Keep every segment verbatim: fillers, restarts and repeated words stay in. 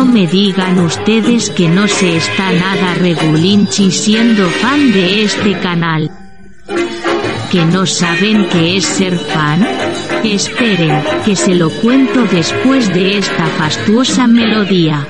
no me digan ustedes que no se está nada regulinchi siendo fan de este canal. ¿Que no saben qué es ser fan? Esperen, que se lo cuento después de esta fastuosa melodía.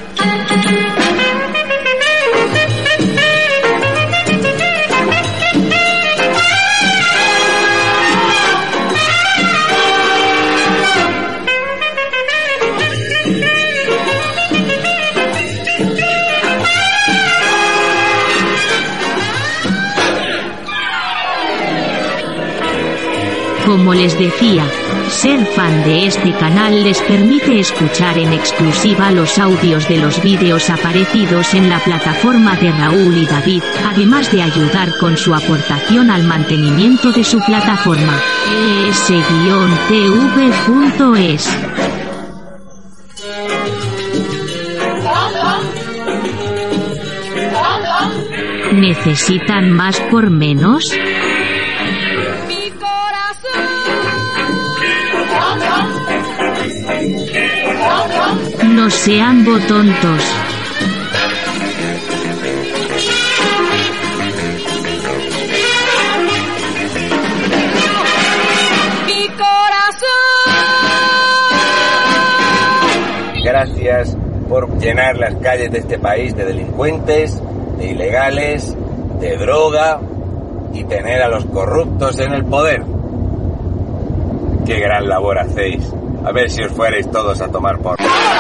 Como les decía, ser fan de este canal les permite escuchar en exclusiva los audios de los vídeos aparecidos en la plataforma de Raúl y David, además de ayudar con su aportación al mantenimiento de su plataforma, e s guion t v punto es. ¿Necesitan más por menos? No sean botontos. Gracias por llenar las calles de este país de delincuentes, de ilegales, de droga y tener a los corruptos en el poder. Qué gran labor hacéis. A ver si os fuerais todos a tomar por...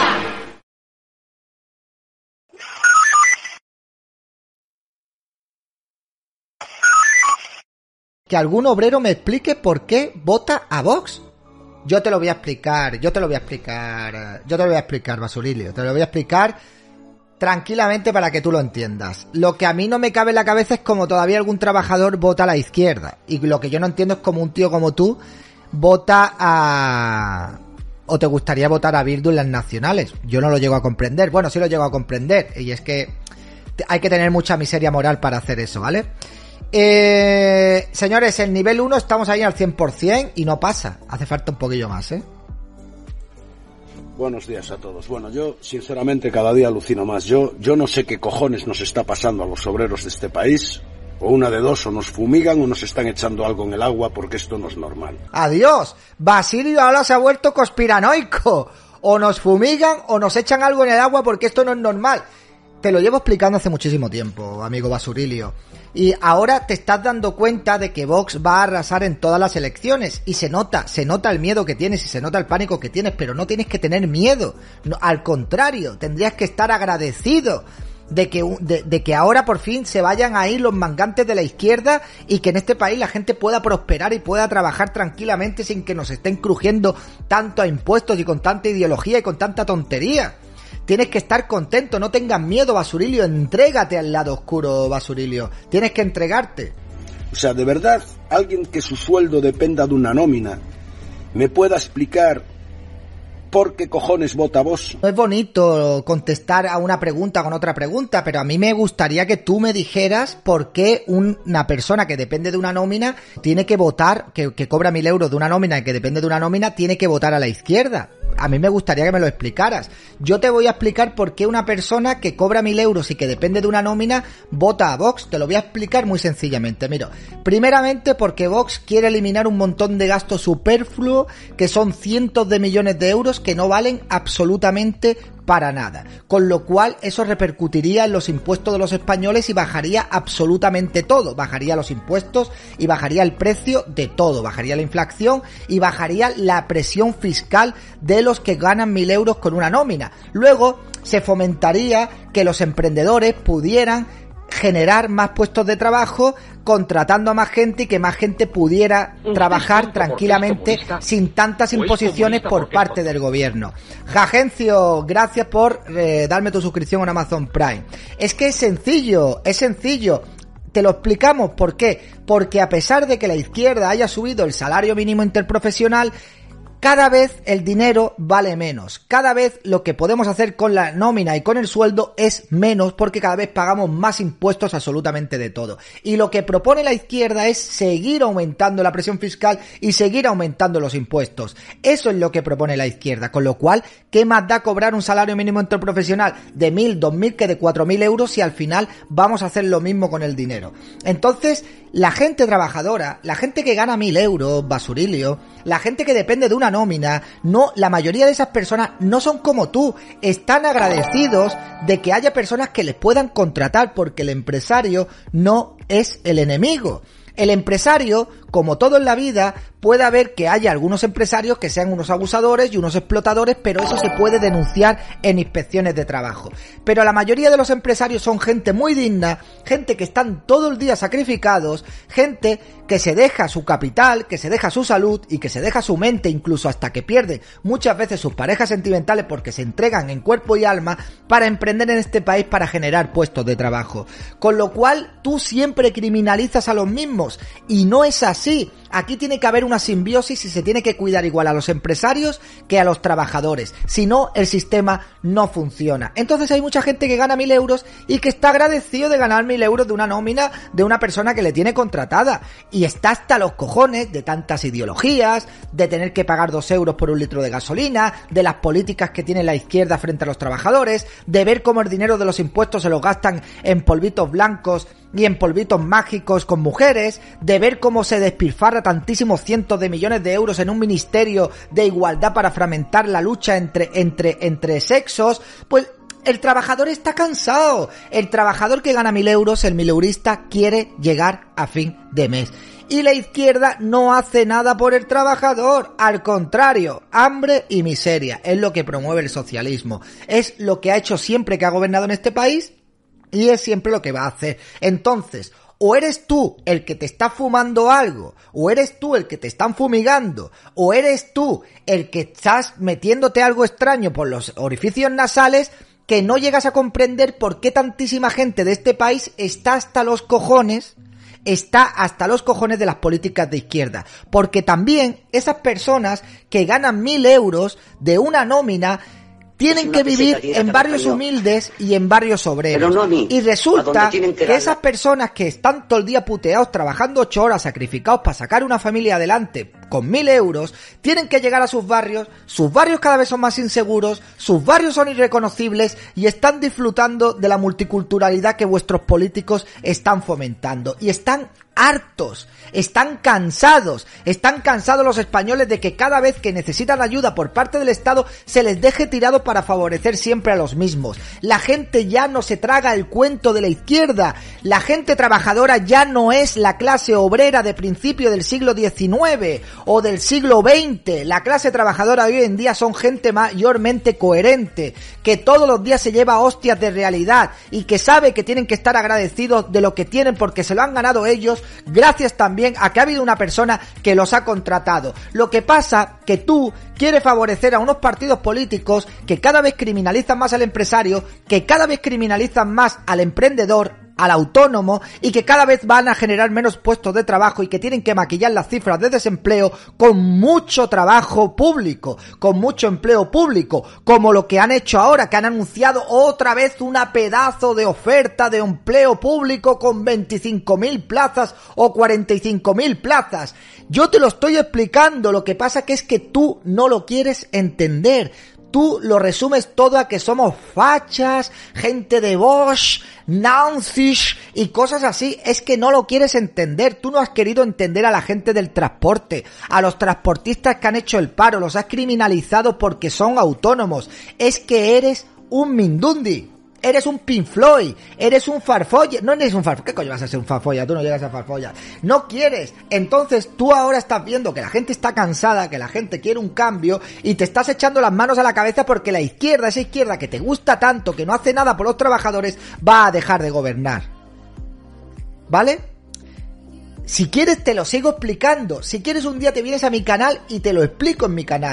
Que algún obrero me explique por qué vota a Vox. Yo te lo voy a explicar, yo te lo voy a explicar, yo te lo voy a explicar, Basurilio, te lo voy a explicar tranquilamente para que tú lo entiendas. Lo que a mí no me cabe en la cabeza es como todavía algún trabajador vota a la izquierda. Y lo que yo no entiendo es como un tío como tú vota a... o te gustaría votar a Bildu en las nacionales. Yo no lo llego a comprender. Bueno, sí lo llego a comprender. Y es que hay que tener mucha miseria moral para hacer eso, ¿vale? Eh, señores, el nivel uno estamos ahí al cien por ciento y no pasa. Hace falta un poquillo más, ¿eh? Buenos días a todos. Bueno, yo sinceramente cada día alucino más. Yo, yo no sé qué cojones nos está pasando a los obreros de este país. O una de dos, o nos fumigan o nos están echando algo en el agua, porque esto no es normal. ¡Adiós! Basilio ahora se ha vuelto conspiranoico. O nos fumigan o nos echan algo en el agua, porque esto no es normal. Te lo llevo explicando hace muchísimo tiempo, amigo Basurilio. Y ahora te estás dando cuenta de que Vox va a arrasar en todas las elecciones. Y se nota, se nota el miedo que tienes y se nota el pánico que tienes, pero no tienes que tener miedo. No, al contrario, tendrías que estar agradecido de que, de, de que ahora por fin se vayan a ir los mangantes de la izquierda y que en este país la gente pueda prosperar y pueda trabajar tranquilamente sin que nos estén crujiendo tanto a impuestos y con tanta ideología y con tanta tontería. Tienes que estar contento, no tengas miedo, Basurilio, entrégate al lado oscuro, Basurilio. Tienes que entregarte. O sea, de verdad, alguien que su sueldo dependa de una nómina, ¿me pueda explicar por qué cojones vota vos? No es bonito contestar a una pregunta con otra pregunta, pero a mí me gustaría que tú me dijeras por qué una persona que depende de una nómina tiene que votar, que, que cobra mil euros de una nómina y que depende de una nómina, tiene que votar a la izquierda. A mí me gustaría que me lo explicaras. Yo te voy a explicar por qué una persona que cobra mil euros y que depende de una nómina vota a Vox. Te lo voy a explicar muy sencillamente. Mira, primeramente porque Vox quiere eliminar un montón de gasto superfluo, que son cientos de millones de euros que no valen absolutamente para nada, con lo cual eso repercutiría en los impuestos de los españoles y bajaría absolutamente todo, bajaría los impuestos y bajaría el precio de todo, bajaría la inflación y bajaría la presión fiscal de los que ganan mil euros con una nómina. Luego se fomentaría que los emprendedores pudieran generar más puestos de trabajo contratando a más gente y que más gente pudiera trabajar tranquilamente sin tantas imposiciones por parte del gobierno. Jagencio, gracias por eh, darme tu suscripción en Amazon Prime. Es que es sencillo, es sencillo. Te lo explicamos, ¿por qué? Porque a pesar de que la izquierda haya subido el salario mínimo interprofesional, cada vez el dinero vale menos, cada vez lo que podemos hacer con la nómina y con el sueldo es menos porque cada vez pagamos más impuestos absolutamente de todo. Y lo que propone la izquierda es seguir aumentando la presión fiscal y seguir aumentando los impuestos. Eso es lo que propone la izquierda, con lo cual, ¿qué más da cobrar un salario mínimo interprofesional de mil, dos mil que de cuatro mil euros si al final vamos a hacer lo mismo con el dinero? Entonces, la gente trabajadora, la gente que gana mil euros, basurilio, la gente que depende de una nómina, no, la mayoría de esas personas no son como tú, están agradecidos de que haya personas que les puedan contratar porque el empresario no es el enemigo. El empresario, como todo en la vida, puede haber que haya algunos empresarios que sean unos abusadores y unos explotadores, pero eso se puede denunciar en inspecciones de trabajo. Pero la mayoría de los empresarios son gente muy digna, gente que están todo el día sacrificados, gente que se deja su capital, que se deja su salud y que se deja su mente, incluso hasta que pierden muchas veces sus parejas sentimentales porque se entregan en cuerpo y alma para emprender en este país para generar puestos de trabajo. Con lo cual, tú siempre criminalizas a los mismos y no es así. Aquí tiene que haber una simbiosis y se tiene que cuidar igual a los empresarios que a los trabajadores. Si no, el sistema no funciona. Entonces hay mucha gente que gana mil euros y que está agradecido de ganar mil euros de una nómina de una persona que le tiene contratada. Y está hasta los cojones de tantas ideologías, de tener que pagar dos euros por un litro de gasolina, de las políticas que tiene la izquierda frente a los trabajadores, de ver cómo el dinero de los impuestos se los gastan en polvitos blancos y en polvitos mágicos con mujeres, de ver cómo se despilfarra tantísimos cientos de millones de euros en un ministerio de igualdad para fragmentar la lucha entre, entre, entre sexos. Pues el trabajador está cansado. El trabajador que gana mil euros, el mileurista, quiere llegar a fin de mes. Y la izquierda no hace nada por el trabajador, al contrario, hambre y miseria, es lo que promueve el socialismo, es lo que ha hecho siempre que ha gobernado en este país y es siempre lo que va a hacer. Entonces, o eres tú el que te está fumando algo, o eres tú el que te están fumigando, o eres tú el que estás metiéndote algo extraño por los orificios nasales, que no llegas a comprender por qué tantísima gente de este país está hasta los cojones, está hasta los cojones de las políticas de izquierda. Porque también esas personas que ganan mil euros de una nómina tienen que vivir en barrios humildes y en barrios obreros. No y resulta que, que esas personas que están todo el día puteados, trabajando ocho horas, sacrificados para sacar una familia adelante con mil euros, tienen que llegar a sus barrios, sus barrios cada vez son más inseguros, sus barrios son irreconocibles y están disfrutando de la multiculturalidad que vuestros políticos están fomentando. Y están hartos, están cansados, están cansados los españoles de que cada vez que necesitan ayuda por parte del Estado se les deje tirado para favorecer siempre a los mismos. La gente ya no se traga el cuento de la izquierda, la gente trabajadora ya no es la clase obrera de principio del siglo diecinueve o del siglo veinte, la clase trabajadora de hoy en día son gente mayormente coherente, que todos los días se lleva hostias de realidad y que sabe que tienen que estar agradecidos de lo que tienen porque se lo han ganado ellos, gracias también a que ha habido una persona que los ha contratado. Lo que pasa que tú quieres favorecer a unos partidos políticos que cada vez criminalizan más al empresario, que cada vez criminalizan más al emprendedor, al autónomo, y que cada vez van a generar menos puestos de trabajo y que tienen que maquillar las cifras de desempleo con mucho trabajo público, con mucho empleo público, como lo que han hecho ahora, que han anunciado otra vez una pedazo de oferta de empleo público con veinticinco mil plazas o cuarenta y cinco mil plazas. Yo te lo estoy explicando, lo que pasa que es que tú no lo quieres entender. Tú lo resumes todo a que somos fachas, gente de Bosch, nazis y cosas así. Es que no lo quieres entender. Tú no has querido entender a la gente del transporte, a los transportistas que han hecho el paro, los has criminalizado porque son autónomos. Es que eres un mindundi. Eres un Pink Floyd, eres un farfolla, no eres un farfolla, ¿qué coño vas a ser un farfolla? Tú no llegas a farfolla, no quieres, entonces tú ahora estás viendo que la gente está cansada, que la gente quiere un cambio y te estás echando las manos a la cabeza porque la izquierda, esa izquierda que te gusta tanto, que no hace nada por los trabajadores, va a dejar de gobernar, ¿vale? Si quieres te lo sigo explicando, si quieres un día te vienes a mi canal y te lo explico en mi canal.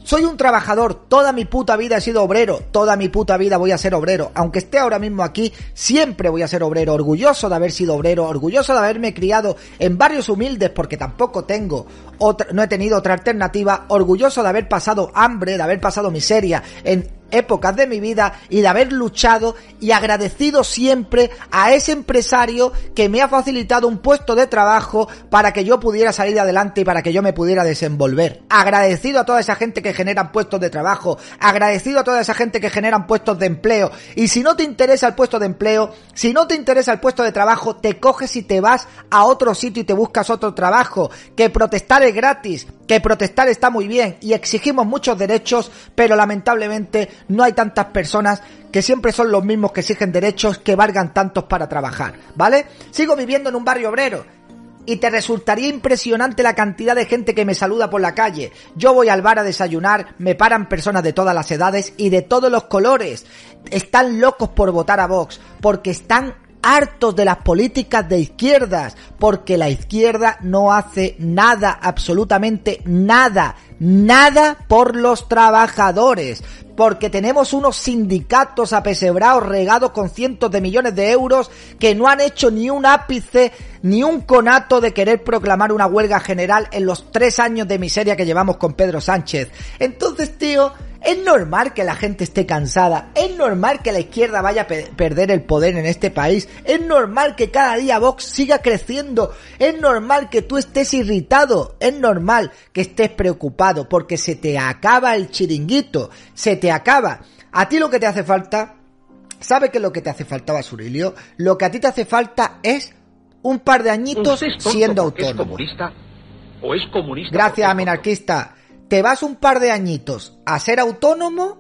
Soy un trabajador, toda mi puta vida he sido obrero, toda mi puta vida voy a ser obrero, aunque esté ahora mismo aquí, siempre voy a ser obrero, orgulloso de haber sido obrero, orgulloso de haberme criado en barrios humildes porque tampoco tengo otra, no he tenido otra alternativa, orgulloso de haber pasado hambre, de haber pasado miseria en épocas de mi vida y de haber luchado, y agradecido siempre a ese empresario que me ha facilitado un puesto de trabajo para que yo pudiera salir adelante y para que yo me pudiera desenvolver. Agradecido a toda esa gente que generan puestos de trabajo, agradecido a toda esa gente que generan puestos de empleo. Y si no te interesa el puesto de empleo, si no te interesa el puesto de trabajo, te coges y te vas a otro sitio y te buscas otro trabajo. Que protestar es gratis, que protestar está muy bien y exigimos muchos derechos, pero lamentablemente no hay tantas personas, que siempre son los mismos que exigen derechos, que valgan tantos para trabajar, ¿vale? Sigo viviendo en un barrio obrero y te resultaría impresionante la cantidad de gente que me saluda por la calle. Yo voy al bar a desayunar, me paran personas de todas las edades y de todos los colores. Están locos por votar a Vox, porque están hartos de las políticas de izquierdas, porque la izquierda no hace nada, absolutamente nada, nada por los trabajadores, porque tenemos unos sindicatos apesebrados, regados con cientos de millones de euros, que no han hecho ni un ápice, ni un conato de querer proclamar una huelga general en los tres años de miseria que llevamos con Pedro Sánchez. Entonces, tío, es normal que la gente esté cansada, es normal que la izquierda vaya a pe- perder el poder en este país, es normal que cada día Vox siga creciendo, es normal que tú estés irritado, es normal que estés preocupado, porque se te acaba el chiringuito, se te acaba. A ti lo que te hace falta, ¿sabes qué es lo que te hace falta, Basurilio? Lo que a ti te hace falta es un par de añitos siendo autónomo. ¿Es comunista o es comunista? Gracias, minarquista. Te vas un par de añitos a ser autónomo,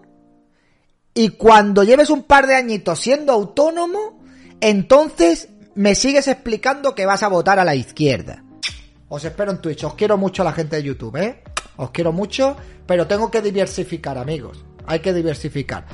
y cuando lleves un par de añitos siendo autónomo, entonces me sigues explicando que vas a votar a la izquierda. Os espero en Twitch. Os quiero mucho a la gente de YouTube, ¿eh? Os quiero mucho, pero tengo que diversificar, amigos. Hay que diversificar.